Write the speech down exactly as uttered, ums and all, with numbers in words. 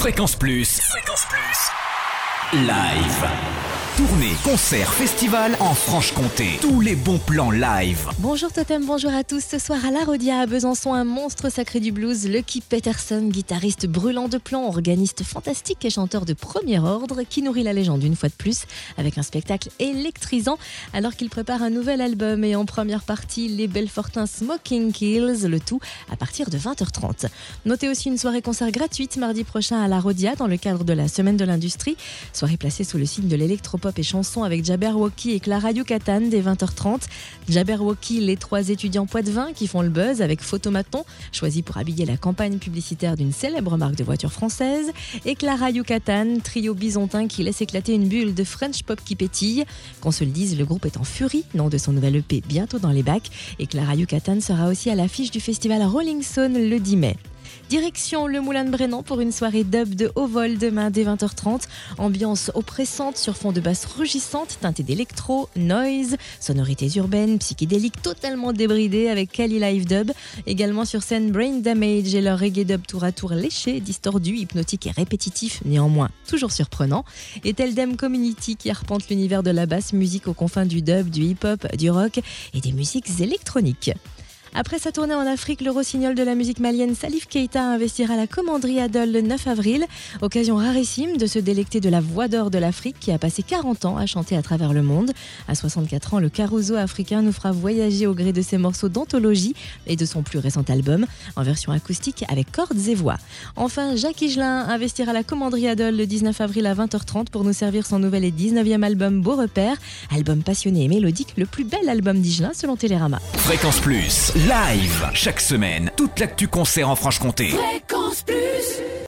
Fréquence Plus. Fréquence Plus. Live. Tournée, concert, festival en Franche-Comté. Tous les bons plans live. Bonjour Totem, bonjour à tous. Ce soir à La Rodia, à Besançon, un monstre sacré du blues, Lucky Peterson, guitariste brûlant de plomb, organiste fantastique et chanteur de premier ordre, qui nourrit la légende une fois de plus avec un spectacle électrisant alors qu'il prépare un nouvel album. Et en première partie, les Belfortins Smoking Kills, le tout à partir de vingt heures trente. Notez aussi une soirée concert gratuite mardi prochain à La Rodia dans le cadre de la Semaine de l'Industrie. Soirée placée sous le signe de l'électro pop et chansons avec Jabberwocky et Clara Yucatan dès vingt heures trente. Jabberwocky, les trois étudiants poitevins qui font le buzz avec Photomaton, choisi pour habiller la campagne publicitaire d'une célèbre marque de voitures française. Et Clara Yucatan, trio bisontin qui laisse éclater une bulle de French pop qui pétille. Qu'on se le dise, le groupe est en furie, nom de son nouvel E P bientôt dans les bacs. Et Clara Yucatan sera aussi à l'affiche du festival Rolling Stone le dix mai. Direction le Moulin de Brennan pour une soirée dub de haut vol demain dès vingt heures trente. Ambiance oppressante sur fond de basse rugissante teintée d'électro, noise, sonorités urbaines, psychédéliques totalement débridées avec Kali Live Dub. Également sur scène Brain Damage et leur reggae dub tour à tour léché, distordu, hypnotique et répétitif, néanmoins toujours surprenant. Et Teldem Community qui arpente l'univers de la basse musique aux confins du dub, du hip-hop, du rock et des musiques électroniques. Après sa tournée en Afrique, le rossignol de la musique malienne Salif Keita investira la commanderie Adol le neuf avril. Occasion rarissime de se délecter de la voix d'or de l'Afrique qui a passé quarante ans à chanter à travers le monde. À soixante-quatre ans, le caruso africain nous fera voyager au gré de ses morceaux d'anthologie et de son plus récent album, en version acoustique avec cordes et voix. Enfin, Jacques Higelin investira la commanderie Adol le dix-neuf avril à vingt heures trente pour nous servir son nouvel et dix-neuvième album Beau Repère, album passionné et mélodique, le plus bel album d'Higelin selon Télérama. Fréquence Plus. Live, chaque semaine, toute l'actu concert en Franche-Comté. Fréquence Plus.